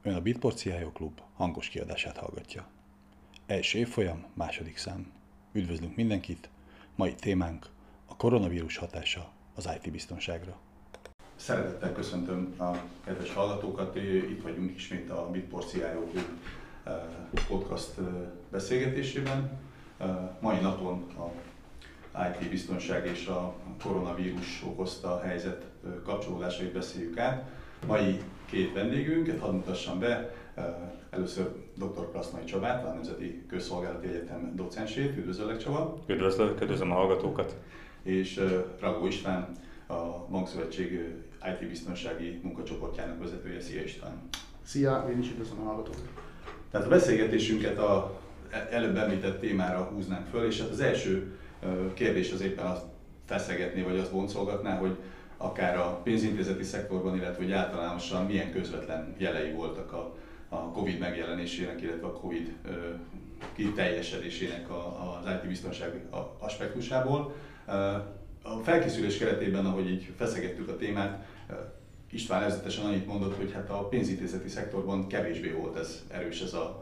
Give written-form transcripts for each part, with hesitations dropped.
Ön a Bitport CIO Klub hangos kiadását hallgatja. Első évfolyam, második szám. Üdvözlünk mindenkit! Mai témánk a koronavírus hatása az IT biztonságra. Szeretettel köszöntöm a kedves hallgatókat, itt vagyunk ismét a Bitport CIO Klub podcast beszélgetésében. Mai napon a IT biztonság és a koronavírus okozta helyzet kapcsolódásait beszéljük át. Mai két vendégünket hadd mutassam be. Először dr. Krasznai Csabát, a Nemzeti Közszolgálati Egyetem docensét. Üdvözöllek, Csaba! Üdvözlöm a hallgatókat! És Ragó István, a Bankszövetség IT biztonsági munkacsoportjának vezetője. Szia, István! Szia, én is üdvözlöm a hallgatókat! Tehát a beszélgetésünket az előbb említett témára húznánk föl, és hát az első kérdés az éppen azt feszegetné, vagy azt boncolgatná, hogy akár a pénzintézeti szektorban, illetve hogy általánosan milyen közvetlen jelei voltak a Covid megjelenésének, illetve a Covid kiteljesedésének az IT biztonsági aspektusából. A felkészülés keretében, ahogy így feszegettük a témát, István előzetesen annyit mondott, hogy hát a pénzintézeti szektorban kevésbé volt erős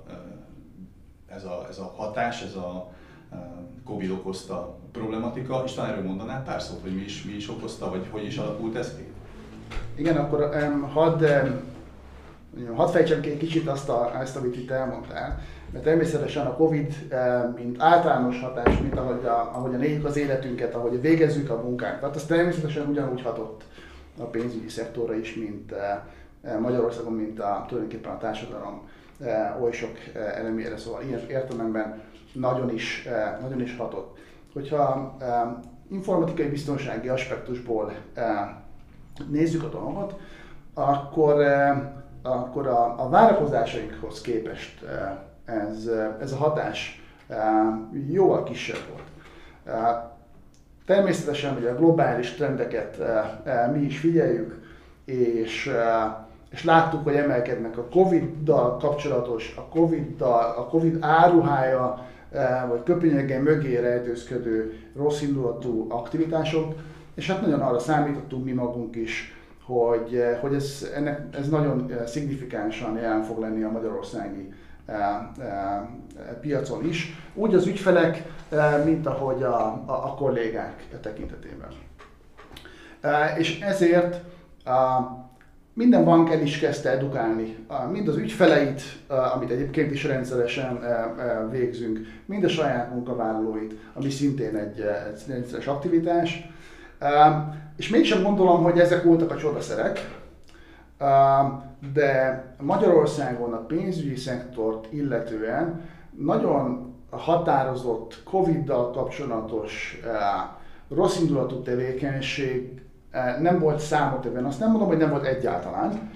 ez a hatás, ez a Covid okozta problematika. István, erről mondanál pár szót, hogy mi is okozta, vagy hogy is alakult ez ki? Igen, akkor hadd fejtsem ki egy kicsit ezt, amit itt elmondtál. Mert természetesen a Covid, mint általános hatás, mint ahogyan éljük az életünket, ahogy végezzük a munkánkat, az természetesen ugyanúgy hatott a pénzügyi szektorra is, mint Magyarországon, mint tulajdonképpen a társadalom oly sok elemére, szóval ilyen értelemben nagyon is hatott. Hogyha informatikai biztonsági aspektusból nézzük a dolgot, akkor a várakozásainkhoz képest ez a hatás jóval kisebb volt. Természetesen ugye a globális trendeket mi is figyeljük, és láttuk, hogy emelkednek a Covid-dal kapcsolatos, a Covid áruhája, vagy köpényeggel mögé rejtőzködő rosszindulatú aktivitások, és hát nagyon arra számítottunk mi magunk is, hogy ez nagyon szignifikánsan jelen fog lenni a magyarországi piacon is, úgy az ügyfelek, mint ahogy a kollégák tekintetében. És ezért minden bank el is kezdte edukálni mind az ügyfeleit, amit egyébként is rendszeresen végzünk, mind a saját munkavállalóit, ami szintén egy rendszeres aktivitás. És mégsem gondolom, hogy ezek voltak a csodaszerek, de Magyarországon a pénzügyi szektort illetően nagyon határozott Covid-dal kapcsolatos rosszindulatú tevékenység nem volt számottevően. Azt nem mondom, hogy nem volt egyáltalán,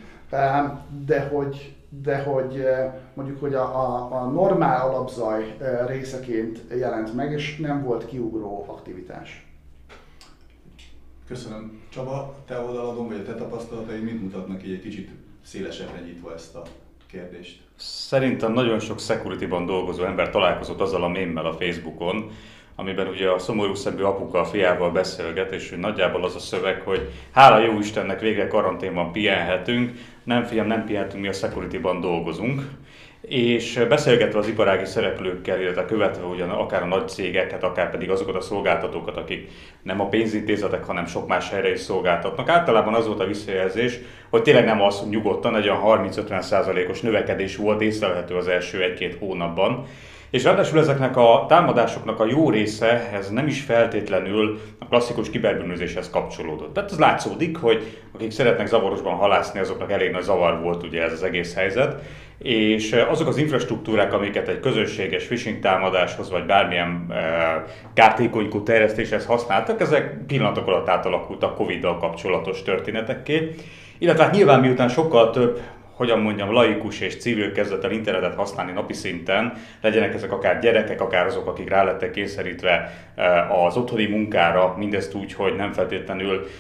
de hogy mondjuk, hogy a normál alapzaj részeként jelent meg, és nem volt kiugró aktivitás. Köszönöm. Csaba, te oldaladon, vagy a te tapasztalataid mit mutatnak így egy kicsit szélesebbre nyitva ezt a kérdést? Szerintem nagyon sok security-ban dolgozó ember találkozott azzal a mémmel a Facebookon, amiben ugye a szomorú szemű apuka a fiával beszélget, és nagyjából az a szöveg, hogy hála jó Istennek végre karanténban pihenhetünk, nem fiam, nem pihenhetünk, mi a security-ban dolgozunk. És beszélgetve az iparági szereplőkkel, illetve követve ugyan akár a nagy cégeket, akár pedig azokat a szolgáltatókat, akik nem a pénzintézetek, hanem sok más helyre is szolgáltatnak. Általában az volt a visszajelzés, hogy tényleg nem az, hogy nyugodtan, egy olyan 30-50%-os növekedés volt észlelhető az első 1-2 hónapban. És ráadásul ezeknek a támadásoknak a jó része, ez nem is feltétlenül a klasszikus kiberbűnözéshez kapcsolódott. Tehát az látszódik, hogy akik szeretnek zavarosban halászni, azoknak elég nagy zavar volt ugye ez az egész helyzet. És azok az infrastruktúrák, amiket egy közösséges phishing támadáshoz, vagy bármilyen kártékonykú terjesztéshez használtak, ezek pillanatok alatt átalakultak Covid-dal kapcsolatos történetekké. Illetve hát nyilván miután sokkal több, hogyan mondjam, laikus és civil kezdett el internetet használni napi szinten, legyenek ezek akár gyerekek, akár azok, akik rá lettek kényszerítve az otthoni munkára, mindezt úgy, hogy nem feltétlenül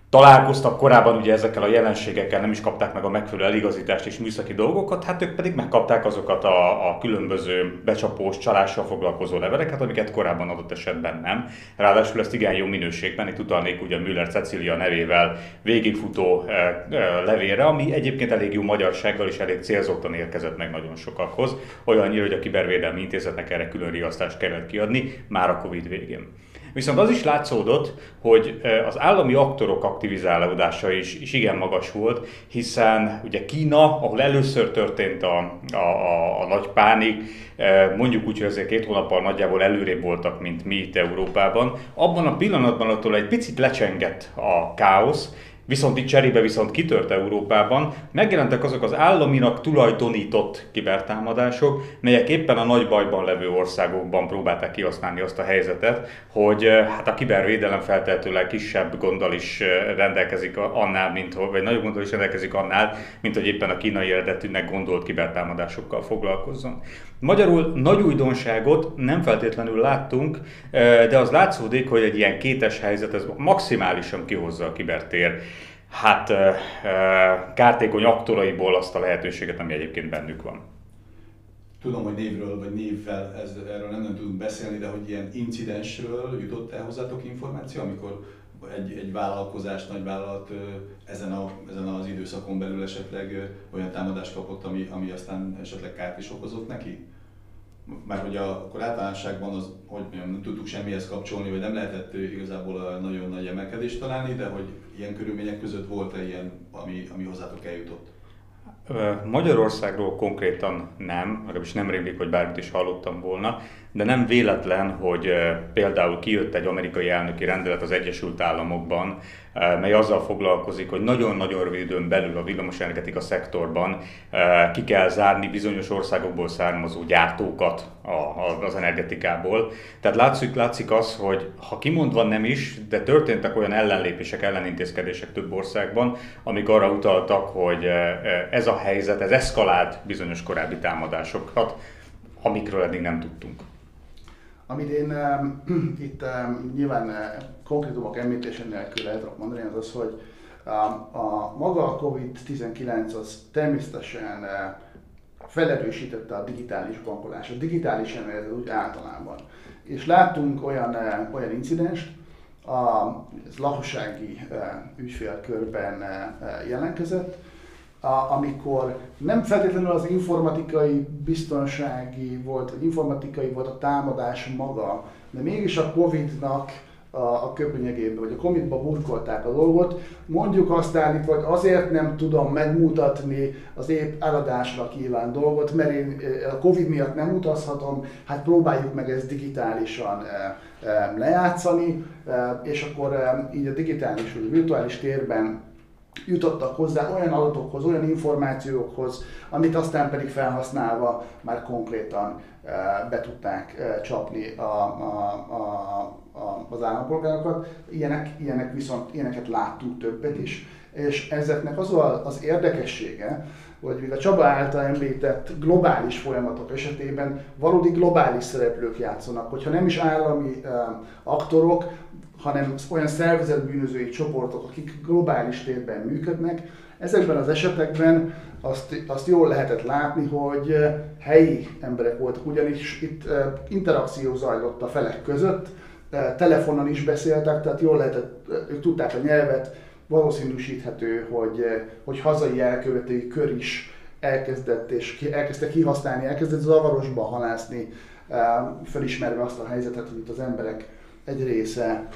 találkoztak korábban ugye ezekkel a jelenségekkel, nem is kapták meg a megfelelő eligazítást és műszaki dolgokat, hát ők pedig megkapták azokat a különböző becsapós, csalással foglalkozó leveleket, amiket korábban adott esetben nem. Ráadásul ezt igen jó minőségben, itt utalnék ugye Müller Cecília nevével végigfutó levélre, ami egyébként elég jó magyarsággal és elég célzottan érkezett meg nagyon sokakhoz. Olyannyira, hogy a Kibervédelmi Intézetnek erre külön riasztást kellett kiadni már a Covid végén. Viszont az is látszódott, hogy az állami aktorok aktivizálódása is igen magas volt, hiszen ugye Kína, ahol először történt a nagy pánik, mondjuk úgy, hogy azért 2 hónappal nagyjából előrébb voltak, mint mi itt Európában, abban a pillanatban attól egy picit lecsengett a káosz, viszont itt cserébe viszont kitört Európában, megjelentek azok az államinak tulajdonított kibertámadások, melyek éppen a nagy bajban levő országokban próbálták kihasználni azt a helyzetet, hogy hát a kibervédelem feltehetőleg kisebb gonddal is rendelkezik annál, vagy nagyobb gonddal is rendelkezik annál, mint hogy éppen a kínai eredetűnek gondolt kibertámadásokkal foglalkozzon. Magyarul nagy újdonságot nem feltétlenül láttunk, de az látszódik, hogy egy ilyen kétes helyzet ez maximálisan kihozza a kibertér kártékony aktoraiból azt a lehetőséget, ami egyébként bennük van. Tudom, hogy névről vagy névvel erről nem tudunk beszélni, de hogy ilyen incidensről jutott el hozzátok információ, amikor egy vállalkozás, nagyvállalat ezen az időszakon belül esetleg olyan támadást kapott, ami aztán esetleg kárt is okozott neki? Mert hogy akkor általánosságban hogy nem tudtuk semmihez kapcsolni, vagy nem lehetett igazából nagyon nagy emelkedést találni, de hogy ilyen körülmények között volt-e ilyen, ami hozzátok eljutott? Magyarországról konkrétan nem, legalábbis nem rémlik, hogy bármit is hallottam volna, de nem véletlen, hogy például kijött egy amerikai elnöki rendelet az Egyesült Államokban, mely azzal foglalkozik, hogy nagyon-nagyon rövid időn belül a villamosenergetika szektorban ki kell zárni bizonyos országokból származó gyártókat az energetikából. Tehát látszik az, hogy ha kimondva nem is, de történtek olyan ellenlépések, ellenintézkedések több országban, amik arra utaltak, hogy ez a helyzet, ez eszkalált bizonyos korábbi támadásokat, amikről eddig nem tudtunk. Amit én itt nyilván konkrétumok említése nélkül el tudok mondani, az, hogy maga a COVID-19 az természetesen felerősítette a digitális bankolást, a digitális energiát úgy általában. És láttunk olyan incidenst, ez lakossági ügyfélkörben jelentkezett, amikor nem feltétlenül az informatikai biztonsági volt, vagy informatikai volt a támadás maga, de mégis a Covid-nak a köpönyegébe, vagy a Covid-ba burkolták a dolgot, mondjuk azt állítva, hogy azért nem tudom megmutatni az épp eladásra kívánt dolgot, mert én a Covid miatt nem utazhatom, hát próbáljuk meg ezt digitálisan lejátszani, és akkor így a digitális, vagy a virtuális térben jutottak hozzá olyan adatokhoz, olyan információkhoz, amit aztán pedig felhasználva már konkrétan be tudták csapni az állampolgárokat. Ilyeneket láttunk többet is, és ezeknek az érdekessége, hogy a Csaba által említett globális folyamatok esetében valódi globális szereplők játszanak, hogyha nem is állami aktorok, hanem olyan szervezetbűnözői csoportok, akik globális térben működnek. Ezekben az esetekben azt jól lehetett látni, hogy helyi emberek voltak, ugyanis itt interakció zajlott a felek között, telefonon is beszéltek, tehát jól lehetett, ők tudták a nyelvet, valószínűsíthető, hogy hazai elkövetői kör is elkezdte kihasználni, elkezdett zavarosba halászni, felismerve azt a helyzetet, hogy itt az emberek egy része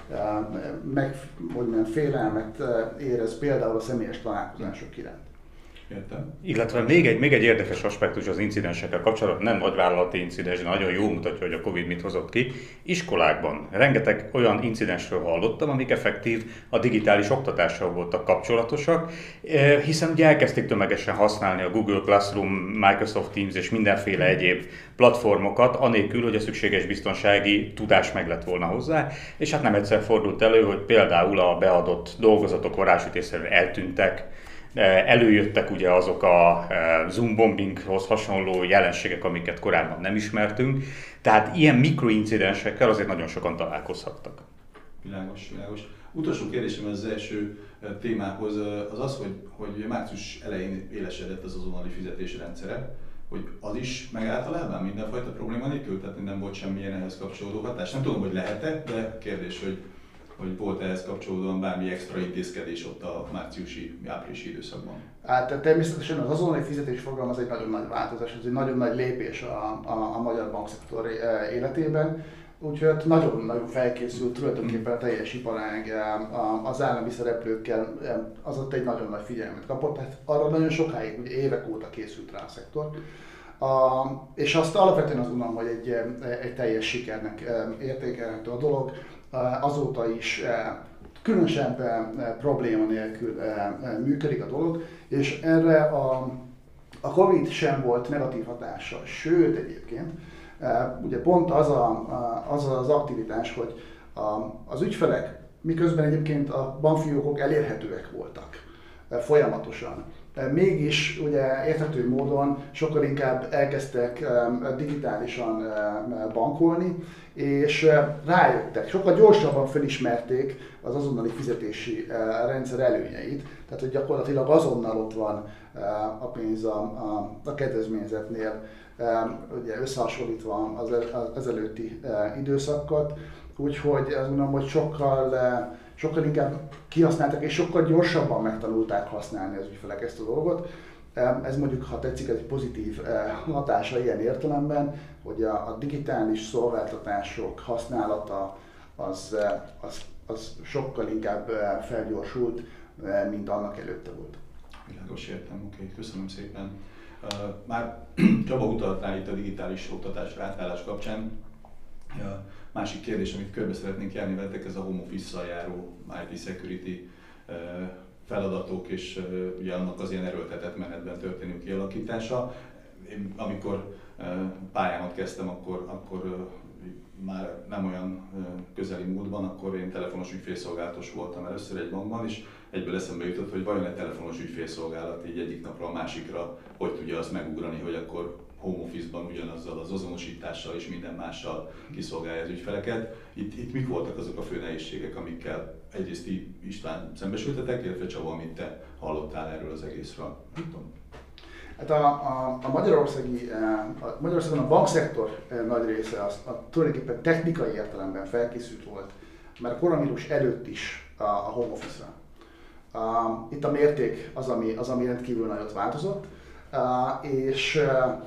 félelmet érez például a személyes találkozások iránt. Értem. Illetve még egy érdekes aspektus az incidensekkel kapcsolatban, nem nagyvállalati incidens, de nagyon jól mutatja, hogy a Covid mit hozott ki. Iskolákban rengeteg olyan incidensről hallottam, amik effektív a digitális oktatással voltak kapcsolatosak, hiszen ugye elkezdték tömegesen használni a Google Classroom, Microsoft Teams és mindenféle egyéb platformokat, anélkül, hogy a szükséges biztonsági tudás meg lett volna hozzá, és hát nem egyszer fordult elő, hogy például a beadott dolgozatok varázsütésszerűen eltűntek, előjöttek ugye azok a Zoom bombinghoz hasonló jelenségek, amiket korábban nem ismertünk, tehát ilyen mikroincidensekkel azért nagyon sokan találkozhattak. Világos. Utolsó kérdésem az első, témához, az az, hogy március elején élesedett az azonnali fizetés rendszere, hogy az is megállt a lábán mindenfajta probléma nélkül, tehát nem volt semmilyen ehhez kapcsolódó hatás. Nem tudom, hogy lehet-e, de kérdés, hogy volt ehhez kapcsolódóan bármi extra intézkedés ott a márciusi-áprilisi időszakban. Hát természetesen az azonnali fizetésprogram az egy nagyon nagy változás, ez egy nagyon nagy lépés a magyar bankszektor életében. Úgyhogy nagyon-nagyon felkészült tulajdonképpen a teljes iparág, az állami szereplőkkel, az ott egy nagyon nagy figyelmet kapott, tehát arra nagyon sokáig, ugye évek óta készült rá a szektor. És azt alapvetően azt gondolom, hogy egy teljes sikernek értékelhető a dolog, azóta is különösebb probléma nélkül működik a dolog, és erre a Covid sem volt negatív hatása, sőt egyébként, ugye pont az az aktivitás, hogy az ügyfelek, miközben egyébként a bankfiókok elérhetőek voltak folyamatosan, mégis ugye érthető módon sokkal inkább elkezdtek digitálisan bankolni, és rájöttek, sokkal gyorsabban felismerték az azonnali fizetési rendszer előnyeit, tehát hogy gyakorlatilag azonnal ott van a pénz a kedvezményezetnél, ugye összehasonlítva az előtti időszakat, úgyhogy azt gondolom, hogy sokkal inkább kihasználták és sokkal gyorsabban megtanulták használni az ügyfelek ezt a dolgot. Ez mondjuk, ha tetszik, egy pozitív hatása ilyen értelemben, hogy a digitális szolgáltatások használata az sokkal inkább felgyorsult, mint annak előtte volt. Világos, értem, oké, köszönöm szépen. Már Csaba utaltál itt a digitális oktatásra átállás kapcsán. Másik kérdés, amit körbe szeretnénk járni veletek, ez a home office-szal járó IT security feladatok, és ugye annak az ilyen erőltetett menetben történő kialakítása. Én amikor pályámat kezdtem, akkor már nem olyan közeli múltban, akkor én telefonos ügyfélszolgálatos voltam először egy bankban, és egyből eszembe jutott, hogy vajon egy telefonos ügyfélszolgálat így egyik napról a másikra hogy tudja azt megugrani, hogy akkor home office-ban ugyanazzal az azonosítással és minden mással kiszolgálja az ügyfeleket. Itt mik voltak azok a fő nehézségek, amikkel egyrészt ti István szembesültetek, illetve Csaba, amit te hallottál erről az egészről? Nem tudom. Hát a Magyarországon a bankszektor nagy része az tulajdonképpen technikai értelemben felkészült volt, mert a koronavírus előtt is a home office-ra. Itt a mérték az, ami rendkívül nagyot változott, és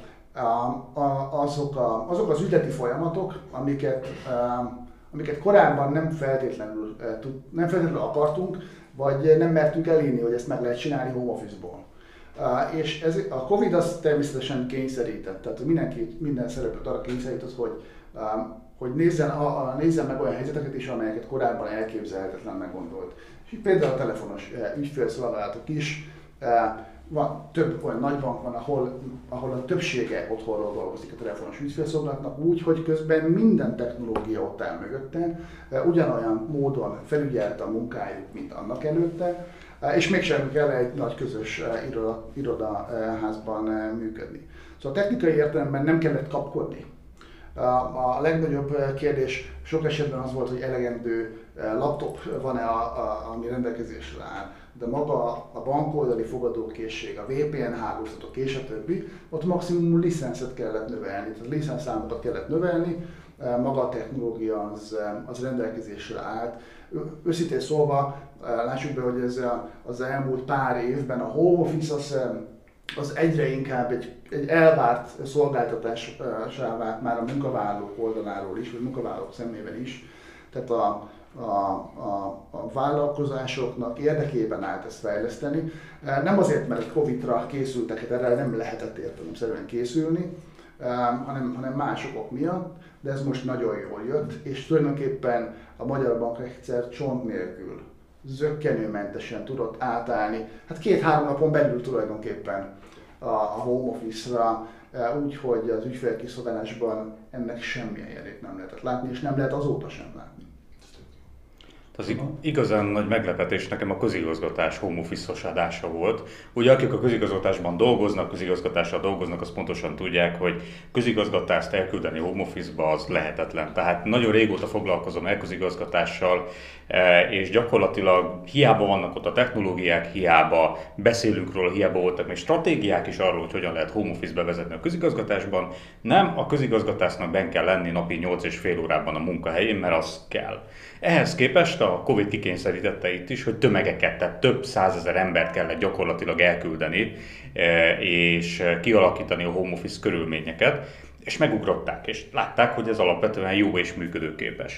azok az üzleti folyamatok, amiket korábban nem feltétlenül akartunk, vagy nem mertünk elhinni, hogy ezt meg lehet csinálni home office-ból. És a Covid az természetesen kényszerített, tehát minden szereplőt arra kényszerített, hogy nézzen meg olyan helyzeteket is, amelyeket korábban elképzelhetetlennek gondolt. És például a telefonos ügyfélszolgálatok is, több olyan nagybank van, ahol a többsége otthonról dolgozik a telefonos ügyfélszolgálatnak úgy, hogy közben minden technológia ott áll mögötte, ugyanolyan módon felügyelte a munkájuk, mint annak előtte, és mégsem kell egy nagy közös irodaházban működni. Szóval technikai értelemben nem kellett kapkodni. A legnagyobb kérdés sok esetben az volt, hogy elegendő laptop van-e, ami rendelkezésre áll, de maga a bankoldali fogadókészség, a VPN hálózatok és a többi, ott maximum licenszet kellett növelni, tehát licenszámokat kellett növelni, maga a technológia az rendelkezésre állt. Őszintén szólva, lássuk be, hogy ez az elmúlt pár évben a home office az egyre inkább egy elvárt szolgáltatásá vált már a munkavállalók oldaláról is, vagy munkavállalók szemében is. Tehát a vállalkozásoknak érdekében állt ezt fejleszteni. Nem azért, mert egy Covid-ra készültek, hát erre nem lehetett értelemszerűen készülni, hanem más okok miatt, de ez most nagyon jól jött, és tulajdonképpen a magyar bankrendszer csont nélkül, zökkenőmentesen tudott átállni, hát 2-3 napon belül tulajdonképpen a home office-ra, úgyhogy az ügyfélkiszolgálásban ennek semmilyen jelét nem lehetett látni, és nem lehet azóta sem látni. Az igazán nagy meglepetés nekem a közigazgatás home office-osádása volt. Ugye akik a közigazgatásban dolgoznak, közigazgatással dolgoznak, azt pontosan tudják, hogy közigazgatást elküldeni home office-ba az lehetetlen. Tehát nagyon régóta foglalkozom elközigazgatással, és gyakorlatilag hiába vannak ott a technológiák, hiába beszélünk róla, hiába voltak még stratégiák is arról, hogy hogyan lehet home office bevezetni a közigazgatásban. Nem, a közigazgatásnak benn kell lenni napi 8,5 órában a munkahelyén, mert az kell. Ehhez képest a Covid kikényszerítette itt is, hogy tömegeket, tehát több százezer embert kellett gyakorlatilag elküldeni, és kialakítani a home office körülményeket, és megugrották, és látták, hogy ez alapvetően jó és működőképes.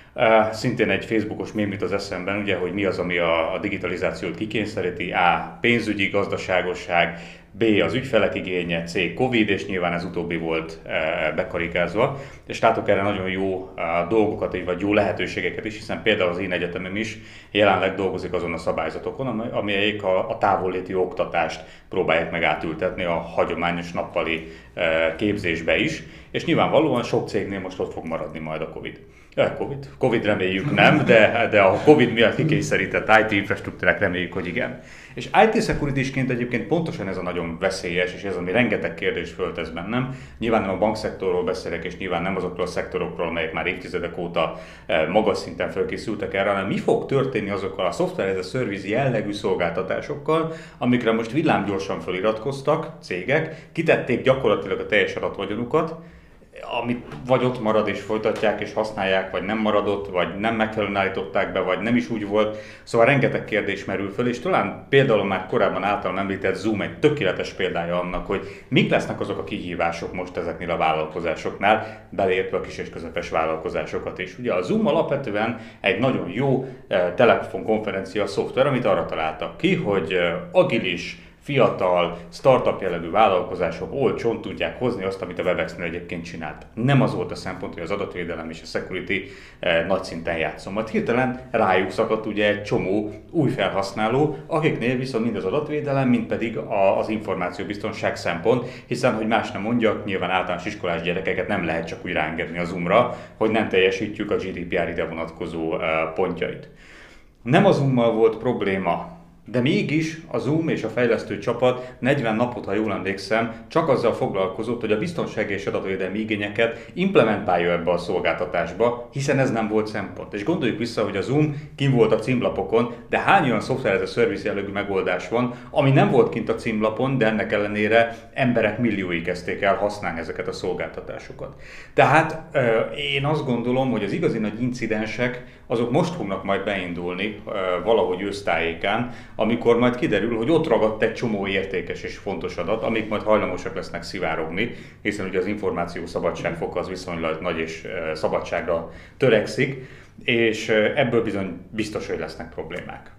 Szintén egy Facebookos mém jut az eszemben, ugye, hogy mi az, ami a digitalizációt kikényszeríti. A. Pénzügyi gazdaságosság, B. az ügyfelek igénye, C. Covid, és nyilván ez utóbbi volt bekarikázva. És látok erre nagyon jó dolgokat, vagy jó lehetőségeket is, hiszen például az én egyetemem is jelenleg dolgozik azon a szabályzatokon, amelyek a távolléti oktatást próbálják meg átültetni a hagyományos nappali képzésbe is. És nyilvánvalóan sok cégnél most ott fog maradni majd a Covid. Covid reméljük nem, de a Covid miatt kikényszerített IT infrastruktúrák reméljük, hogy igen. És IT security-sként egyébként pontosan ez a nagyon veszélyes, és ez ami rengeteg kérdést föltesz bennem. Nyilván nem a bankszektorról beszélek, és nyilván nem azokról a szektorokról, amelyek már évtizedek óta magas szinten felkészültek erre, hanem mi fog történni azokkal a software as a service jellegű szolgáltatásokkal, amikre most villámgyorsan feliratkoztak cégek, kitették gyakorlatilag a teljes adatvagyonukat, amit vagy ott marad és folytatják és használják, vagy nem maradott, vagy nem megfelelően állították be, vagy nem is úgy volt. Szóval rengeteg kérdés merül föl, és talán például már korábban általam említett Zoom egy tökéletes példája annak, hogy mik lesznek azok a kihívások most ezeknél a vállalkozásoknál, beleértve a kis és közepes vállalkozásokat is. Ugye a Zoom alapvetően egy nagyon jó telefonkonferencia szoftver, amit arra találtak ki, hogy agilis, fiatal, startup jellegű vállalkozások olcsón tudják hozni azt, amit a Webexnél egyébként csinált. Nem az volt a szempont, hogy az adatvédelem és a security nagy szinten játszom. Majd hirtelen rájuk szakadt ugye egy csomó új felhasználó, akiknél viszont mind az adatvédelem, mind pedig az információbiztonság szempont, hiszen, hogy más nem mondjak, nyilván általános iskolás gyerekeket nem lehet csak úgy ráengedni a Zoomra, hogy nem teljesítjük a GDPR ide vonatkozó pontjait. Nem a Zoommal volt probléma, de mégis a Zoom és a fejlesztő csapat 40 napot, ha jól emlékszem, csak azzal foglalkozott, hogy a biztonsági és adatvédelmi igényeket implementálja ebbe a szolgáltatásba, hiszen ez nem volt szempont. És gondoljuk vissza, hogy a Zoom kint volt a címlapokon, de hány olyan software as a service jellegű megoldás van, ami nem volt kint a címlapon, de ennek ellenére emberek milliói kezdték el használni ezeket a szolgáltatásokat. Tehát én azt gondolom, hogy az igazi nagy incidensek azok most fognak majd beindulni valahogy ősztájékán, amikor majd kiderül, hogy ott ragadt egy csomó értékes és fontos adat, amik majd hajlamosak lesznek szivárogni, hiszen ugye az információ szabadságfoka az viszonylag nagy és szabadságra törekszik, és ebből bizony biztos, hogy lesznek problémák.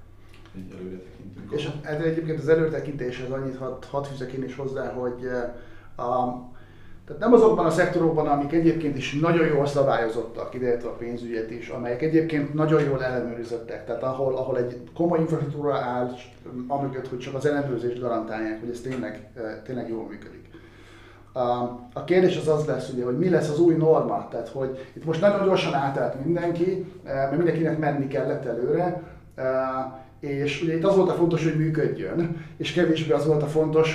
És egyébként az előretekintéshez annyit hadd fűzek én is hozzá, hogy tehát nem azokban a szektorokban, amik egyébként is nagyon jól szabályozottak, ideértve a pénzügyet is, amelyek egyébként nagyon jól ellenőrizettek, tehát ahol egy komoly infrastruktúra áll, amögött, hogy csak az ellenőrzést garantálják, hogy ez tényleg jól működik. A kérdés az lesz, ugye, hogy mi lesz az új norma, tehát hogy itt most nagyon gyorsan átállt mindenki, mert mindenkinek menni kellett előre, és ugye itt az volt a fontos, hogy működjön, és kevésbé az volt a fontos,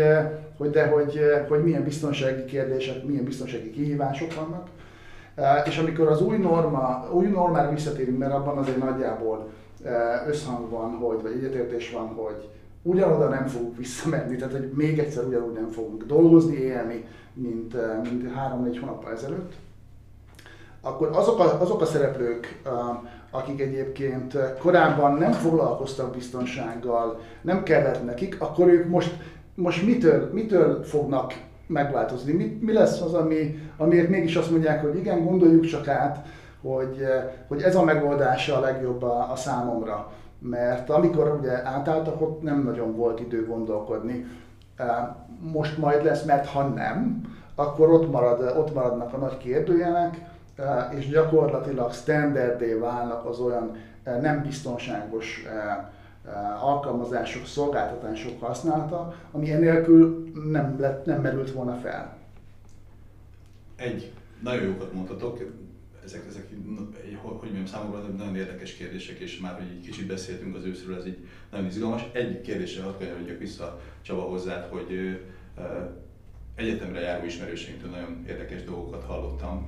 hogy milyen biztonsági kérdések, milyen biztonsági kihívások vannak. És amikor az új normára visszatérünk, mert abban azért nagyjából összhang van, vagy egyetértés van, hogy ugyanoda nem fogunk visszamenni, tehát hogy még egyszer ugyanúgy nem fogunk dolgozni, élni, mint 3-4 hónappal ezelőtt, akkor azok a szereplők, akik egyébként korábban nem foglalkoztak biztonsággal, nem kellett nekik, akkor ők most mitől fognak megváltozni? Mi lesz az, amiért mégis azt mondják, hogy igen, gondoljuk csak át, hogy ez a megoldása a legjobb a számomra. Mert amikor ugye átálltak, ott nem nagyon volt idő gondolkodni. Most majd lesz, mert ha nem, akkor ott maradnak a nagy kérdőjelek, és gyakorlatilag standardé válnak az olyan nem biztonságos alkalmazások, szolgáltatások használata, ami enélkül nem merült volna fel. Nagyon jókat mondhatok. hogy mondjam, számomra nagyon érdekes kérdések, és már, hogy egy kicsit beszéltünk az őszről, ez így nagyon izgalmas. Egy kérdésre hadd kanyarodjak vissza, Csaba, hozzád, hogy egyetemre járó ismerőseinktől nagyon érdekes dolgokat hallottam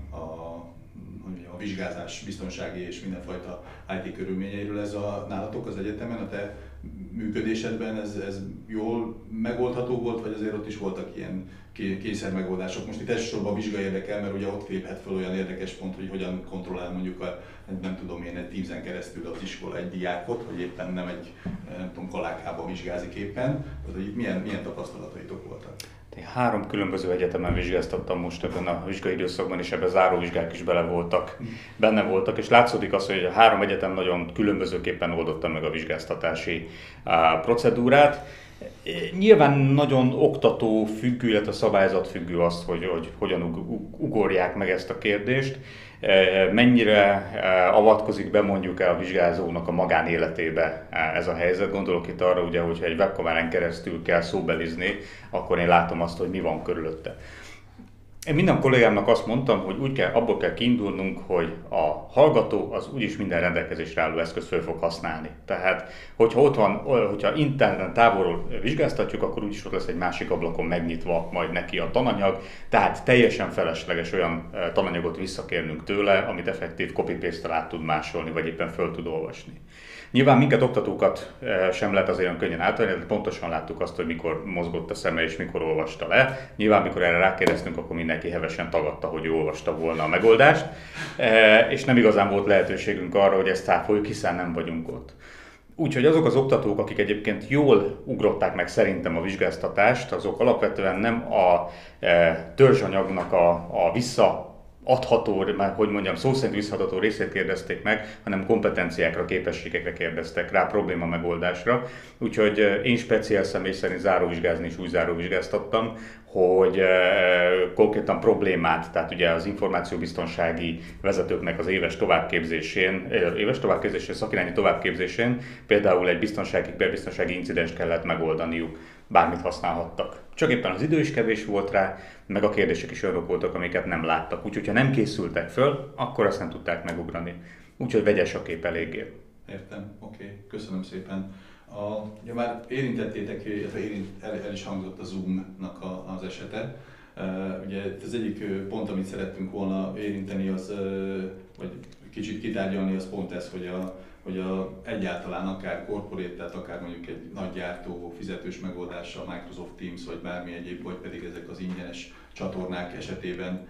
a vizsgázás biztonsági és mindenfajta IT körülményeiről. Ez nálatok az egyetemen, a te működésedben ez jól megoldható volt, vagy azért ott is voltak ilyen kényszermegoldások? Most itt elsősorban a vizsga érdekel, mert ugye ott léphet fel olyan érdekes pont, hogy hogyan kontrollál mondjuk nem tudom én, egy Teams-en keresztül az iskola egy diákot, hogy éppen nem egy, nem tudom, kalákában vizsgázik éppen. Tehát, hogy milyen tapasztalataitok voltak? 3 különböző egyetemen vizsgáztattam most ebben a vizsgai időszakban, és ebben záróvizsgák is benne voltak, és látszódik az, hogy a 3 egyetem nagyon különbözőképpen oldotta meg a vizsgáztatási procedúrát. Nyilván nagyon oktató függő, illetve szabályzat függő az, hogy hogyan ugorják meg ezt a kérdést, mennyire avatkozik be mondjuk el a vizsgázónak a magánéletébe ez a helyzet. Gondolok itt arra, ugye, hogyha egy webkameren keresztül kell szóbelizni, akkor én látom azt, hogy mi van körülötte. Én minden kollégámnak azt mondtam, hogy abból kell kiindulnunk, hogy a hallgató az úgyis minden rendelkezésre álló eszközt fel fog használni. Tehát, hogyha interneten távolról vizsgáztatjuk, akkor úgyis ott lesz egy másik ablakon megnyitva majd neki a tananyag, tehát teljesen felesleges olyan tananyagot visszakérnünk tőle, amit effektív copy-paste-tel át tud másolni, vagy éppen föl tud olvasni. Nyilván minket, oktatókat sem lehet azért olyan könnyen átvenni, de pontosan láttuk azt, hogy mikor mozgott a szeme és mikor olvasta le. Nyilván, mikor erre rákérdeztünk, akkor mindenki hevesen tagadta, hogy ő olvasta volna a megoldást, és nem igazán volt lehetőségünk arra, hogy ezt cáfoljuk, hiszen nem vagyunk ott. Úgyhogy azok az oktatók, akik egyébként jól ugrották meg szerintem a vizsgáztatást, azok alapvetően nem a törzsanyagnak a visszaadható, hogy mondjam, szó szerint visszaadható részét kérdezték meg, hanem kompetenciákra, képességekre kérdeztek rá, probléma megoldásra. Úgyhogy én speciál személy szerint záróvizsgázni és új záróvizsgáztattam, hogy konkrétan problémát, tehát ugye az információbiztonsági vezetőknek az éves továbbképzésén, szakirányi továbbképzésén például egy kiberbiztonsági incidens kellett megoldaniuk, bármit használhattak. Csak éppen az idő is kevés volt rá, meg a kérdések is olyanok voltak, amiket nem láttak. Úgyhogy ha nem készültek föl, akkor azt nem tudták megugrani. Úgyhogy vegyes a kép eléggé. Értem, oké. Köszönöm szépen. Ugye már érintettétek, illetve el is hangzott a Zoom-nak az esete. Ugye az egyik pont, amit szerettünk volna érinteni, vagy kicsit kitárgyalni, az pont ez, hogy egyáltalán akár corporate, tehát akár mondjuk egy nagy gyártó fizetős megoldása, Microsoft Teams vagy bármi egyéb, vagy pedig ezek az ingyenes csatornák esetében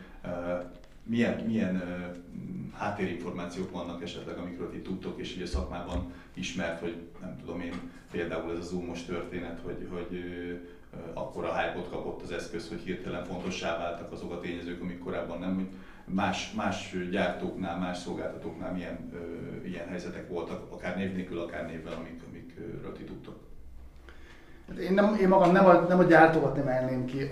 milyen háttérinformációk vannak esetleg, amikről ti tudtok, és ugye a szakmában ismert, hogy nem tudom én, például ez a Zoom-os történet, hogy akkora hype-ot kapott az eszköz, hogy hirtelen fontossá váltak azok a tényezők, amik korábban nem, hogy más gyártóknál, más szolgáltatóknál ilyen helyzetek voltak, akár név nélkül, akár névvel, amikről ti tudtok. Én magam nem a gyártókat nem emelném ki.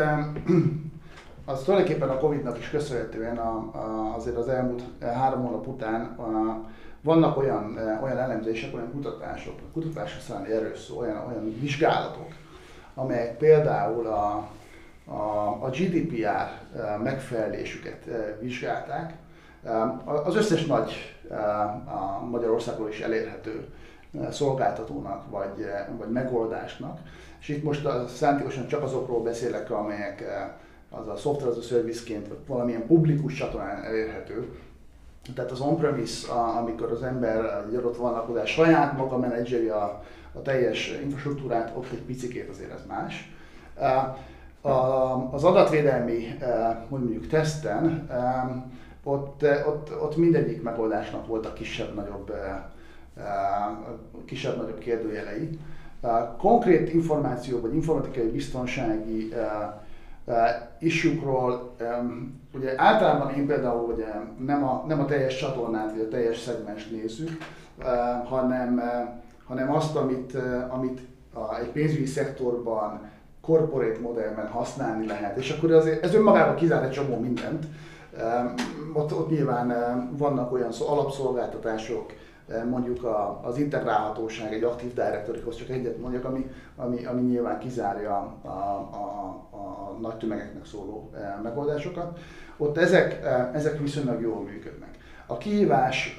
Az tulajdonképpen a Covid-nak is köszönhetően azért az elmúlt 3 hónap után vannak olyan elemzések, olyan kutatások szállni erről szó, olyan vizsgálatok, amelyek például a GDPR megfelelésüket vizsgálták. Az összes nagy a Magyarországról is elérhető szolgáltatónak vagy megoldásnak, és itt most szándékosan csak azokról beszélek, amelyek az a software as a service-ként valamilyen publikus csatornán elérhető. Tehát az on-premise, amikor az ember egy adott vonalkozás saját maga menedzseri a teljes infrastruktúrát, ott egy picikét azért ez más. Az adatvédelmi, mondjuk teszten, ott mindegyik megoldásnak voltak kisebb-nagyobb kérdőjelei. Konkrét információ vagy informatikai biztonsági issue-król, ugye általában én például ugye nem a teljes csatornát vagy a teljes szegmens nézzük, hanem azt, amit egy pénzügyi szektorban, corporate modellben használni lehet. És akkor azért ez önmagában kizár egy csomó mindent. Ott nyilván vannak olyan alapszolgáltatások, mondjuk az integrálhatóság egy Active Directory-hoz csak egyet mondjak, ami nyilván kizárja a nagy tömegeknek szóló megoldásokat. Ott ezek viszonylag jól működnek. A kihívás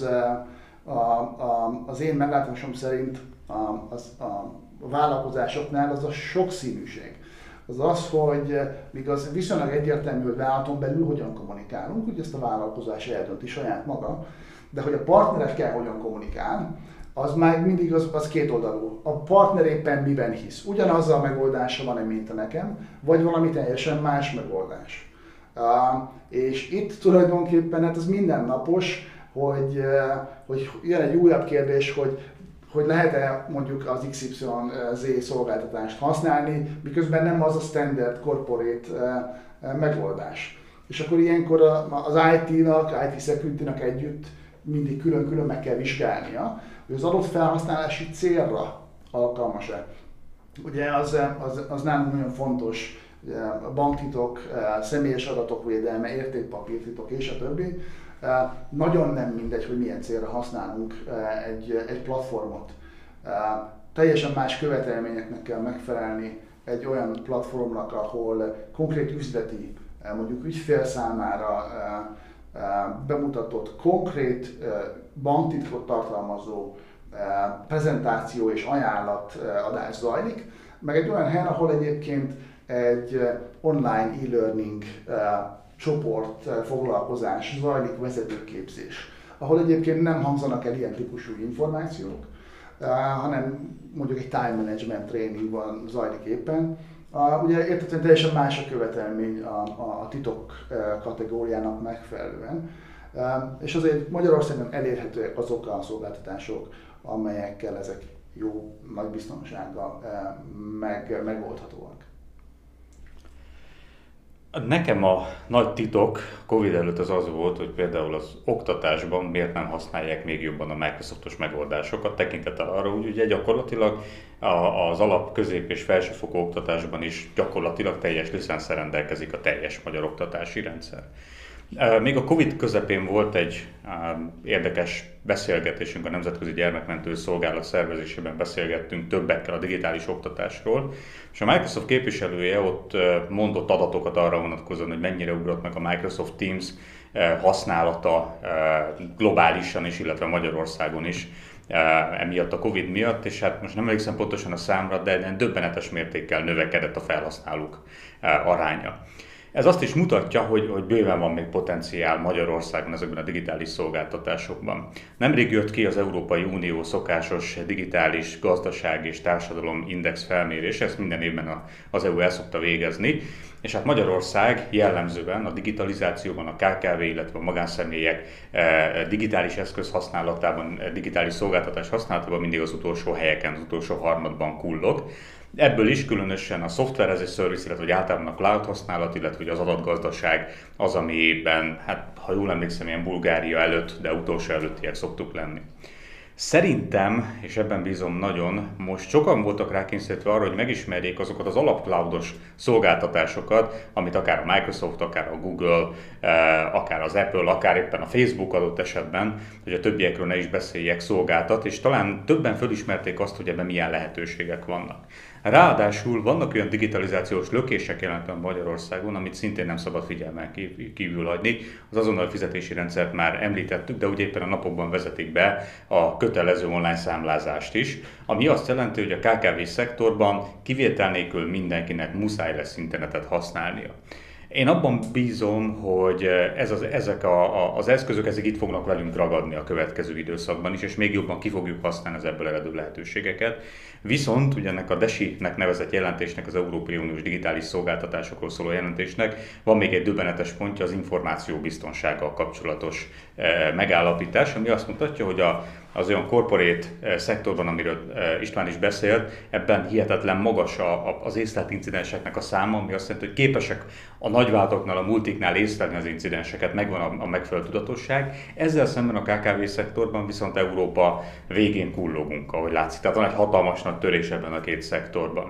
az én meglátásom szerint a vállalkozásoknál az a sokszínűség. Az, hogy míg az viszonylag egyértelmű, hogy vállalaton belül hogyan kommunikálunk, úgy ezt a vállalkozás eldönti saját maga, de hogy a partnerekkel hogyan kommunikál, az már mindig az kétoldalú. A partner éppen miben hisz? Ugyanazzal a megoldása van-e, mint a nekem, vagy valami teljesen más megoldás. És itt tulajdonképpen hát az mindennapos, hogy jön egy újabb kérdés, hogy lehet-e mondjuk az XYZ szolgáltatást használni, miközben nem az a standard corporate megoldás. És akkor ilyenkor az IT-nak, IT security-nak együtt mindig külön-külön meg kell vizsgálnia, hogy az adott felhasználási célra alkalmas-e. Ugye az nálunk nagyon fontos, a banktitok, személyes adatok védelme, értékpapírtitok és a többi. Nagyon nem mindegy, hogy milyen célra használunk egy platformot. Teljesen más követelményeknek kell megfelelni egy olyan platformnak, ahol konkrét üzleti, mondjuk ügyfél számára bemutatott konkrét banktitkot tartalmazó prezentáció és ajánlatadás zajlik, meg egy olyan helyen, ahol egyébként egy online e-learning csoport foglalkozás zajlik, vezetőképzés, ahol egyébként nem hangzanak el ilyen típusú információk, hanem mondjuk egy time management training van, zajlik éppen. Ugye értetően teljesen más a követelmény a titok kategóriának megfelelően, és azért Magyarországon elérhetőek azok a szolgáltatások, amelyekkel ezek jó, nagy biztonsággal megoldhatóak. Nekem a nagy titok Covid előtt az volt, hogy például az oktatásban miért nem használják még jobban a Microsoftos megoldásokat, tekintettel arra, hogy ugye gyakorlatilag az alap, közép és felsőfokú oktatásban is gyakorlatilag teljes licenszel rendelkezik a teljes magyar oktatási rendszer. Még a Covid közepén volt egy érdekes beszélgetésünk a Nemzetközi Gyermekmentő Szolgálat szervezésében, beszélgettünk többekkel a digitális oktatásról, és a Microsoft képviselője ott mondott adatokat arra vonatkozóan, hogy mennyire ugrott meg a Microsoft Teams használata globálisan is, illetve Magyarországon is emiatt a Covid miatt, és hát most nem emlékszem pontosan a számra, de döbbenetes mértékkel növekedett a felhasználók aránya. Ez azt is mutatja, hogy bőven van még potenciál Magyarországon ezekben a digitális szolgáltatásokban. Nemrég jött ki az Európai Unió szokásos digitális gazdaság és társadalom index felmérése, ezt minden évben az EU el szokta végezni, és hát Magyarország jellemzően a digitalizációban, a KKV, illetve a magánszemélyek digitális eszköz használatában, digitális szolgáltatás használatában mindig az utolsó helyeken, az utolsó harmadban kullog. Ebből is különösen a software as a service, illetve általában a cloud használat, illetve az adatgazdaság az, amiben, hát ha jól emlékszem, ilyen Bulgária előtt, de utolsó előttiek szoktuk lenni. Szerintem, és ebben bízom nagyon, most sokan voltak rákényszerítve arra, hogy megismerjék azokat az alapcloudos szolgáltatásokat, amit akár a Microsoft, akár a Google, akár az Apple, akár éppen a Facebook adott esetben, hogy a többiekről ne is beszéljek, szolgáltat, és talán többen fölismerték azt, hogy ebben milyen lehetőségek vannak. Ráadásul vannak olyan digitalizációs lökések jelenleg Magyarországon, amit szintén nem szabad figyelmen kívül hagyni. Az azonnal fizetési rendszert már említettük, de ugye éppen a napokban vezetik be a kötelező online számlázást is, ami azt jelenti, hogy a KKV szektorban kivétel nélkül mindenkinek muszáj lesz internetet használnia. Én abban bízom, hogy ezek az eszközök ezek itt fognak velünk ragadni a következő időszakban is, és még jobban ki fogjuk használni az ebből eredő lehetőségeket. Viszont ugye ennek a DESI-nek nevezett jelentésnek, az Európai Uniós digitális szolgáltatásokról szóló jelentésnek van még egy döbbenetes pontja, az információbiztonsággal kapcsolatos megállapítás, ami azt mutatja, hogy az olyan corporate szektorban, amiről István is beszélt, ebben hihetetlen magas az észlelt incidenseknek a száma, ami azt jelenti, hogy képesek a nagyvállalatoknál, a multiknál észlelni az incidenseket, megvan a megfelelő tudatosság. Ezzel szemben a KKV szektorban viszont Európa végén kullogunk, ahogy látszik. Tehát van egy hatalmas nagy törés ebben a két szektorban.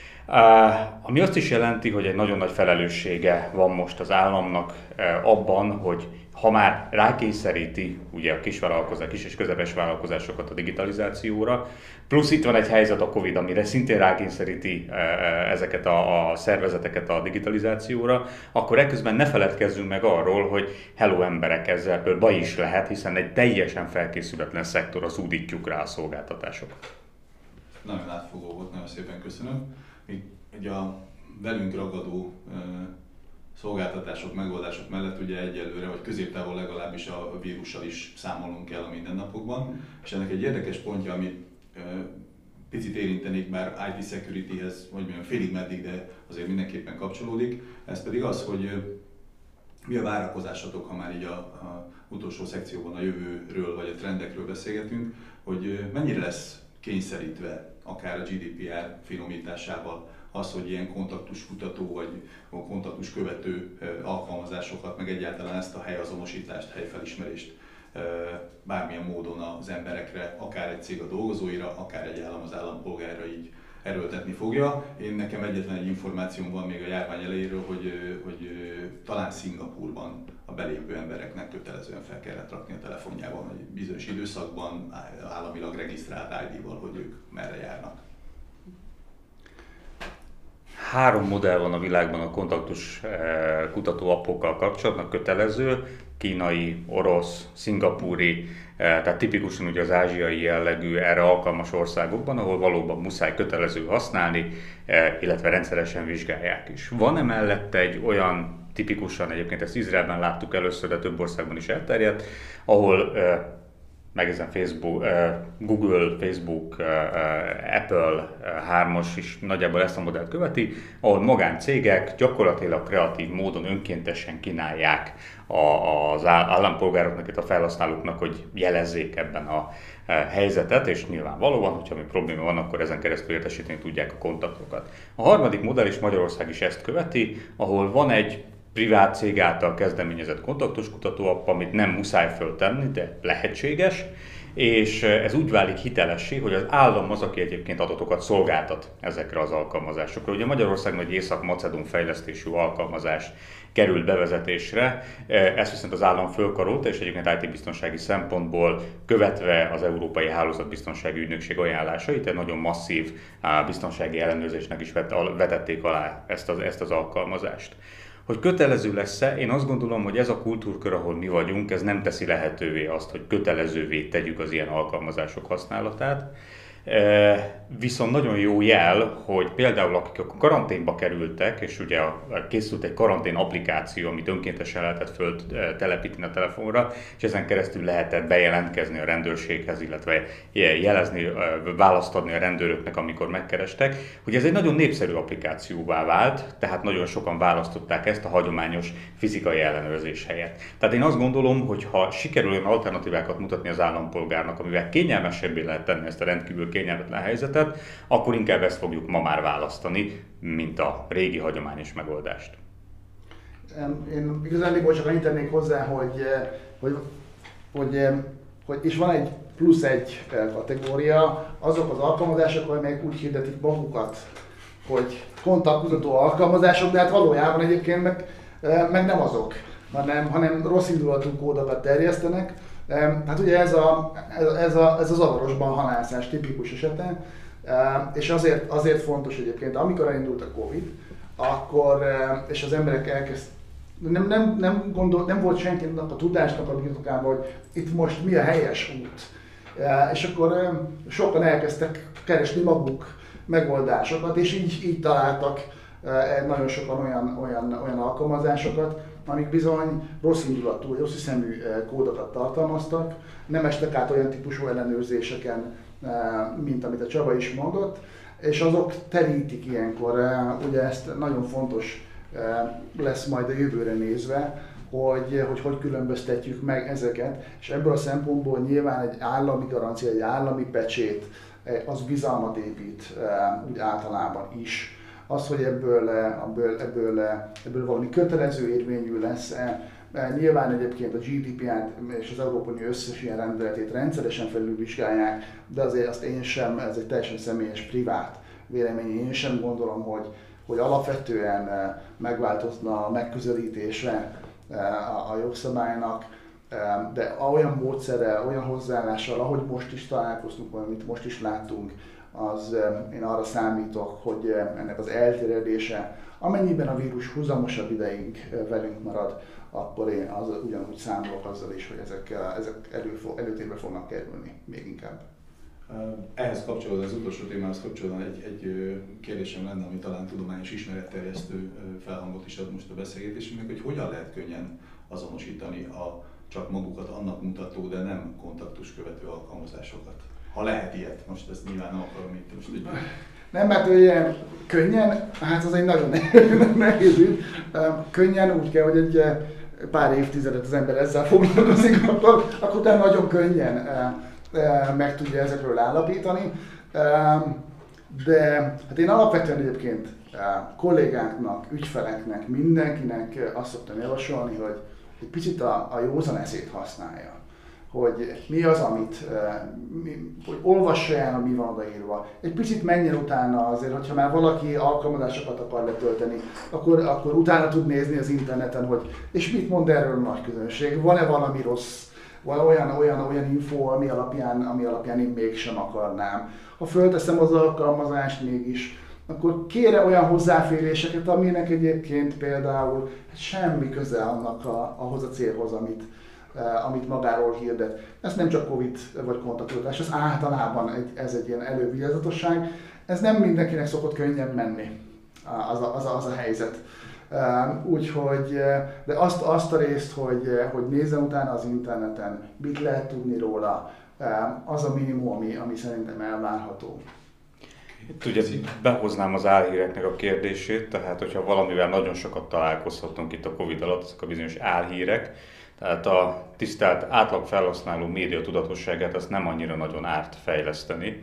Ami azt is jelenti, hogy egy nagyon nagy felelőssége van most az államnak abban, hogy ha már rákényszeríti ugye a kis és közepes vállalkozásokat a digitalizációra, plusz itt van egy helyzet a Covid, amire szintén rákényszeríti ezeket a szervezeteket a digitalizációra, akkor ekközben ne feledkezzünk meg arról, hogy hello emberek, ezzel baj is lehet, hiszen egy teljesen felkészületlen szektor az údítjuk rá a szolgáltatásokat. Nagyon átfogó volt, nagyon szépen köszönöm. Ugye a velünk ragadó szolgáltatások, megoldások mellett ugye egyelőre, vagy középtávon legalábbis a vírussal is számolnunk kell a mindennapokban. És ennek egy érdekes pontja, amit picit érintenék, bár IT securityhez, vagy mondjam, félig meddig, de azért mindenképpen kapcsolódik. Ez pedig az, hogy mi a várakozásatok, ha már így a utolsó szekcióban a jövőről vagy a trendekről beszélgetünk, hogy mennyire lesz kényszerítve akár a GDPR finomításával az, hogy ilyen kontaktuskutató vagy kontaktuskövető alkalmazásokat, meg egyáltalán ezt a helyazonosítást, helyfelismerést bármilyen módon az emberekre, akár egy cég a dolgozóira, akár egy állam az állampolgára így erőltetni fogja. Nekem egyetlen egy információm van még a járvány elejéről, hogy talán Szingapúrban a belépő embereknek kötelezően fel kellett rakni a telefonjában, hogy bizonyos időszakban államilag regisztrált ID-val, hogy ők merre járnak. 3 modell van a világban a kontaktus kutató appokkal kapcsolatban, kötelező, kínai, orosz, szingapúri, tehát tipikusan ugye az ázsiai jellegű erre alkalmas országokban, ahol valóban muszáj kötelező használni, illetve rendszeresen vizsgálják is. Van emellett egy olyan, tipikusan egyébként ezt Izraelben láttuk először, de több országban is elterjedt, ahol megnézem Google, Facebook, Apple 3-as is nagyjából ezt a modellt követi, ahol magáncégek gyakorlatilag kreatív módon önkéntesen kínálják az állampolgároknak, a felhasználóknak, hogy jelezzék ebben a helyzetet, és nyilvánvalóan, hogyha még probléma van, akkor ezen keresztül értesíteni tudják a kontaktokat. A harmadik modell, és Magyarország is ezt követi, ahol van egy privát cég által kezdeményezett kontaktuskutató app, amit nem muszáj föltenni, de lehetséges, és ez úgy válik hitelessé, hogy az állam az, aki egyébként adatokat szolgáltat ezekre az alkalmazásokra. Ugye Magyarországon egy észak-macedón fejlesztésű alkalmazás került bevezetésre, ezt viszont az állam fölkarolta, és egyébként IT-biztonsági szempontból követve az Európai Hálózatbiztonsági Ügynökség ajánlásait, egy nagyon masszív biztonsági ellenőrzésnek is vetették alá ezt az alkalmazást. Hogy kötelező lesz-e, én azt gondolom, hogy ez a kultúrkör, ahol mi vagyunk, ez nem teszi lehetővé azt, hogy kötelezővé tegyük az ilyen alkalmazások használatát. Viszont nagyon jó jel, hogy például akik a karanténba kerültek, és ugye készült egy karantén applikáció, amit önkéntesen lehetett föltelepíteni a telefonra, és ezen keresztül lehetett bejelentkezni a rendőrséghez, illetve jelezni, választ adni a rendőröknek, amikor megkerestek, hogy ez egy nagyon népszerű applikációvá vált, tehát nagyon sokan választották ezt a hagyományos fizikai ellenőrzés helyett. Tehát én azt gondolom, hogy ha sikerül olyan alternatívákat mutatni az állampolgárnak, amivel kényelmesebbé lehet tenni ezt a rendkívül kényelmetlen helyzetet, akkor inkább ezt fogjuk ma már választani, mint a régi hagyományos megoldást. Én igazán csak annyit tennék hozzá, hogy és van egy plusz egy kategória, azok az alkalmazások, amelyek úgy hirdetik magukat, hogy kontaktkutató alkalmazások, de hát valójában egyébként meg nem azok, hanem rossz indulatú kódokat terjesztenek. Hát ugye ez az zavarosban halászás tipikus esete, és azért fontos egyébként, amikor elindult a Covid, akkor, és az emberek nem volt senkinek a tudásnak a birtokában, hogy itt most mi a helyes út. És akkor sokan elkezdtek keresni maguk megoldásokat, és így találtak nagyon sokan olyan alkalmazásokat, amik bizony rossz indulatú, rossz hiszemű kódokat tartalmaztak, nem estek át olyan típusú ellenőrzéseken, mint amit a Csaba is mondott, és azok terítik ilyenkor, ugye ezt nagyon fontos lesz majd a jövőre nézve, hogy különböztetjük meg ezeket, és ebből a szempontból nyilván egy állami garancia, egy állami pecsét, az bizalmat épít úgy általában is. Az, hogy ebből valami kötelező érvényű lesz, nyilván egyébként a GDPR és az Európai Unió összes ilyen rendeletét rendszeresen felülvizsgálják, de azért azt én sem, ez egy teljesen személyes, privát vélemény, én sem gondolom, hogy alapvetően megváltozna a megközelítése a jogszabálynak, de olyan módszerrel, olyan hozzáállással, ahogy most is találkoztunk, vagy amit most is láttunk, az én arra számítok, hogy ennek az elterjedése, amennyiben a vírus huzamosabb ideig velünk marad, akkor én ugyanúgy számolok azzal is, hogy ezek előtérbe fognak kerülni még inkább. Ehhez kapcsolódóan, az utolsó témához kapcsolódóan egy kérdésem lenne, ami talán tudományos ismeretterjesztő felhangot is ad most a beszélgetésünknek, hogy hogyan lehet könnyen azonosítani a csak magukat annak mutató, de nem kontaktus követő alkalmazásokat. Ha lehet ilyet, most ezt nyilván nem akarom itt most így. Nem, mert ugye könnyen, hát az egy nagyon nehéz ügy. Könnyen úgy kell, hogy egy pár évtizedet az ember ezzel foglalkozik, akkor utána nagyon könnyen meg tudja ezekről állapítani. De hát én alapvetően egyébként kollégáknak, ügyfeleknek, mindenkinek azt szoktam javasolni, hogy egy picit a józan eszét használja. Hogy mi az, hogy olvassa el, ami van odaírva. Egy picit menjen utána azért, hogyha már valaki alkalmazásokat akar letölteni, akkor utána tud nézni az interneten, hogy és mit mond erről a nagy közönség, van-e valami rossz, van olyan info, ami alapján én mégsem akarnám. Ha fölteszem az alkalmazást mégis, akkor kére olyan hozzáféréseket, aminek egyébként például semmi köze annak ahhoz a célhoz, amit magáról hirdet. Ez nem csak Covid vagy kontaktoltás, ez általában ez egy ilyen elővigyázatosság. Ez nem mindenkinek szokott könnyen menni, az a helyzet. Úgyhogy, de azt a részt, hogy nézzen utána az interneten, mit lehet tudni róla, az a minimum, ami szerintem elvárható. Itt ugye behoznám az álhíreknek a kérdését, tehát hogyha valamivel nagyon sokat találkozhatunk itt a Covid alatt, azok a bizonyos álhírek, tehát a tisztelt átlagfelhasználó média tudatosságát azt nem annyira nagyon árt fejleszteni.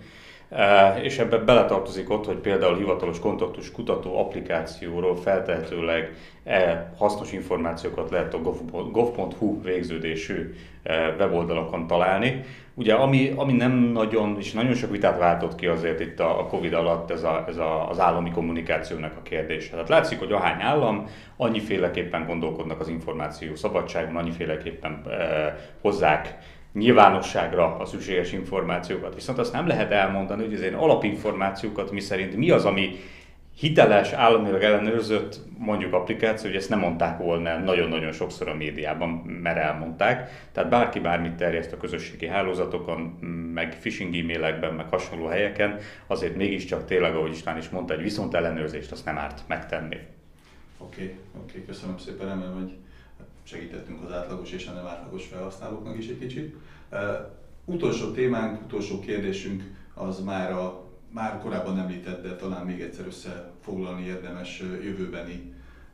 És ebben beletartozik ott, hogy például hivatalos kontaktus kutató applikációról feltehetőleg hasznos információkat lehet a gov.hu végződésű weboldalakon találni. Ugye ami nem nagyon, és nagyon sok vitát váltott ki azért itt a Covid alatt ez az állami kommunikációnak a kérdése. Tehát látszik, hogy ahány állam, annyiféleképpen gondolkodnak az információ szabadságon, annyiféleképpen hozzák nyilvánosságra a szükséges információkat. Viszont azt nem lehet elmondani, hogy az ilyen alapinformációkat miszerint mi az, ami hiteles, államilag ellenőrzött mondjuk applikáció, hogy ezt nem mondták volna nagyon-nagyon sokszor a médiában, mert elmondták. Tehát bárki bármit terjeszt a közösségi hálózatokon, meg phishing e-mailekben, meg hasonló helyeken, azért mégiscsak tényleg, ahogy István is mondta, egy viszont ellenőrzést azt nem árt megtenni. Oké, köszönöm szépen, remélem, hogy segítettünk az átlagos és a nem átlagos felhasználóknak is egy kicsit. Utolsó témánk, utolsó kérdésünk az már korábban említett, de talán még egyszer összefoglalni érdemes jövőbeni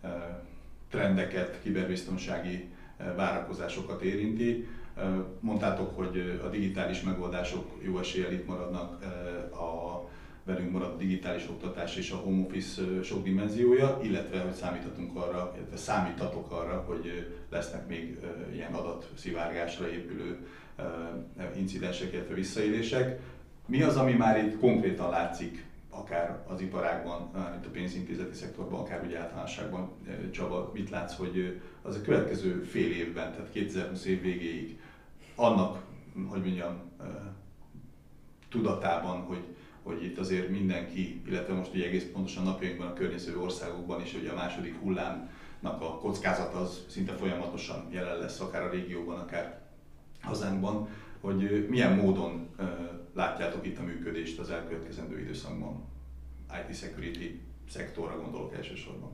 trendeket, kiberbiztonsági várakozásokat érinti. Mondtátok, hogy a digitális megoldások jó eséllyel itt maradnak, velünk marad a digitális oktatás és a home office sok dimenziója, illetve hogy számítatok arra, hogy lesznek még ilyen adatszivárgásra épülő incidensek, illetve visszaélések. Mi az, ami már itt konkrétan látszik, akár az iparágban, itt a pénzintézeti szektorban, akár ugye általánosságban, Csaba, mit látsz, hogy az a következő fél évben, tehát 2020 év végéig annak, hogy mondjam, tudatában, hogy itt azért mindenki, illetve most ugye egész pontosan napjainkban a környező országokban is, hogy a második hullámnak a kockázata az szinte folyamatosan jelen lesz, akár a régióban, akár hazánkban, hogy milyen módon látjátok itt a működést az elkövetkezendő időszakban? IT security szektorra gondolok elsősorban.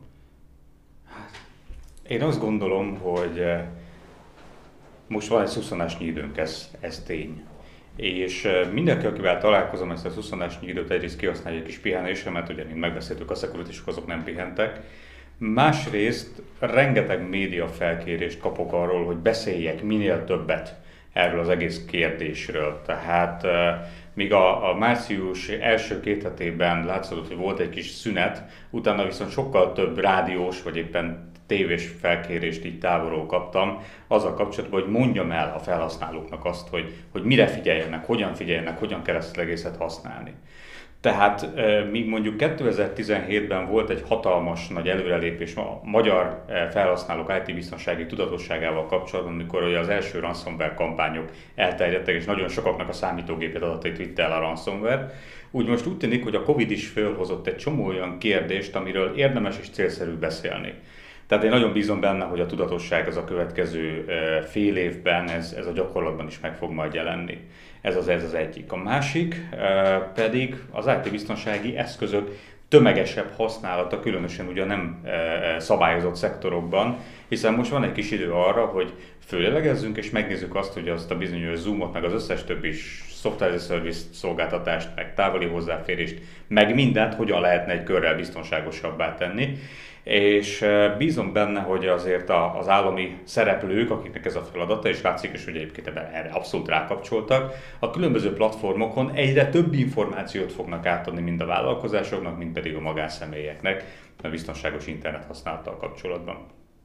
Én azt gondolom, hogy most van egy szusszanásnyi időnk, ez tény. És mindenki, akivel találkozom, ezt a szusszanásnyi időt egyrészt kihasználja egy kis pihenésre, mert ugye, mint megbeszéltük, a security-sok azok nem pihentek. Másrészt rengeteg média felkérést kapok arról, hogy beszéljek minél többet erről az egész kérdésről. Tehát míg a március első 2 hetében látszott, hogy volt egy kis szünet, utána viszont sokkal több rádiós vagy éppen tévés felkérést így távolról kaptam, azzal kapcsolatban, hogy mondjam el a felhasználóknak azt, hogy mire figyeljenek, hogyan kell ezt az egészet használni. Tehát míg mondjuk 2017-ben volt egy hatalmas nagy előrelépés a magyar felhasználók IT-biztonsági tudatosságával kapcsolatban, amikor ugye az első ransomware kampányok elterjedtek, és nagyon sokaknak a számítógépet adatait vitte el a ransomware, úgy tűnik, hogy a Covid is felhozott egy csomó olyan kérdést, amiről érdemes és célszerű beszélni. Tehát én nagyon bízom benne, hogy a tudatosság az a következő fél évben, ez a gyakorlatban is meg fog majd jelenni. Ez az egyik. A másik pedig az IT-biztonsági eszközök tömegesebb használata, különösen ugye nem szabályozott szektorokban, hiszen most van egy kis idő arra, hogy fölélegezzünk és megnézzük azt, hogy azt a bizonyos Zoomot, meg az összes többi software as a service szolgáltatást, meg távoli hozzáférést, meg mindent hogyan lehetne egy körrel biztonságosabbá tenni. És bízom benne, hogy azért az állami szereplők, akiknek ez a feladata, és látszik is, hogy egyébként erre abszolút rákapcsoltak, a különböző platformokon egyre több információt fognak átadni mind a vállalkozásoknak, mind pedig a magánszemélyeknek a biztonságos internet használattal kapcsolatban.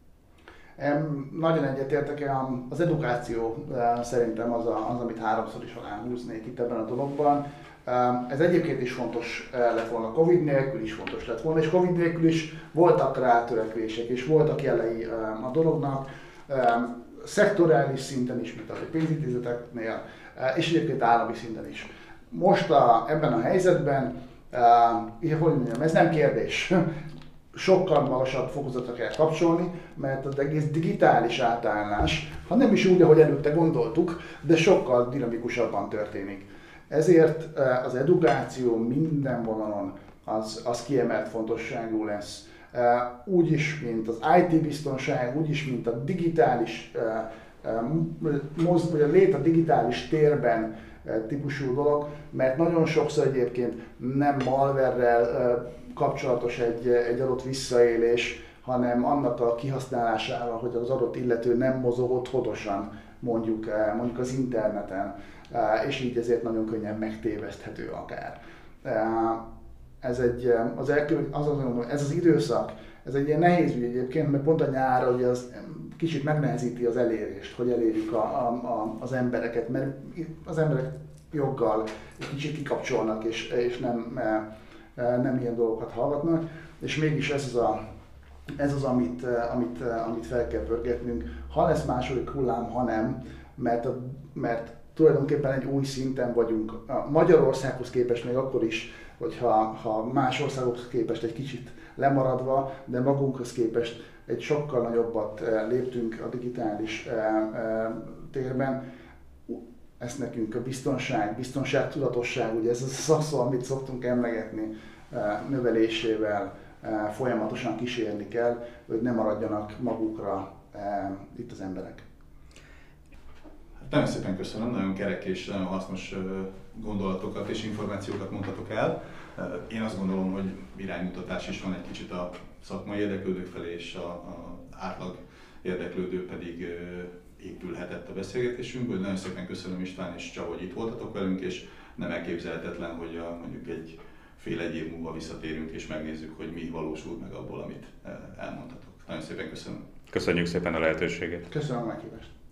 Nagyon egyetértek, az edukáció szerintem az, amit háromszor is aláhúznék itt ebben a dologban. Ez egyébként is fontos lett volna, Covid nélkül is fontos lett volna, és Covid nélkül is voltak rá törekvések, és voltak jelei a dolognak, szektorális szinten is, mint a pénzintézeteknél, és egyébként állami szinten is. Most ebben a helyzetben, hogy mondjam, ez nem kérdés. Sokkal magasabb fokozatra kell kapcsolni, mert az egész digitális átállás, ha nem is úgy, ahogy előtte gondoltuk, de sokkal dinamikusabban történik. Ezért az edukáció minden vonalon az kiemelt fontosságú lesz. Úgyis, mint az IT-biztonság, úgyis, mint a digitális vagy a lét a digitális térben típusú dolog, mert nagyon sokszor egyébként nem malverrel kapcsolatos egy adott visszaélés, hanem annak a kihasználásával, hogy az adott illető nem mozog ott hodosan, mondjuk az interneten, és így ezért nagyon könnyen megtéveszthető akár. Ez az időszak, ez egy ilyen nehéz ügy egyébként, mert pont a nyár, hogy az kicsit megnehezíti az elérést, hogy elérjük az embereket, mert az emberek joggal egy kicsit kikapcsolnak, és nem ilyen dolgokat hallgatnak, és mégis ez az, amit fel kell pörgetnünk, ha lesz második hullám, ha nem, mert tulajdonképpen egy új szinten vagyunk Magyarországhoz képest, még akkor is, hogyha más országokhoz képest egy kicsit lemaradva, de magunkhoz képest egy sokkal nagyobbat léptünk a digitális térben. Ez nekünk a biztonságtudatosság, ugye ez az a szakszó, amit szoktunk emlegetni, növelésével folyamatosan kísérni kell, hogy ne maradjanak magukra itt az emberek. Nagyon szépen köszönöm, nagyon kerek és nagyon hasznos gondolatokat és információkat mondhatok el. Én azt gondolom, hogy iránymutatás is van egy kicsit a szakmai érdeklődők felé, és az átlag érdeklődő pedig épülhetett a beszélgetésünkből. Nagyon szépen köszönöm István és Csaba, hogy itt voltatok velünk, és nem elképzelhetetlen, hogy mondjuk egy év múlva visszatérünk és megnézzük, hogy mi valósult meg abból, amit elmondhatok. Nagyon szépen köszönöm. Köszönjük szépen a lehetőséget. Köszönöm a meghívást.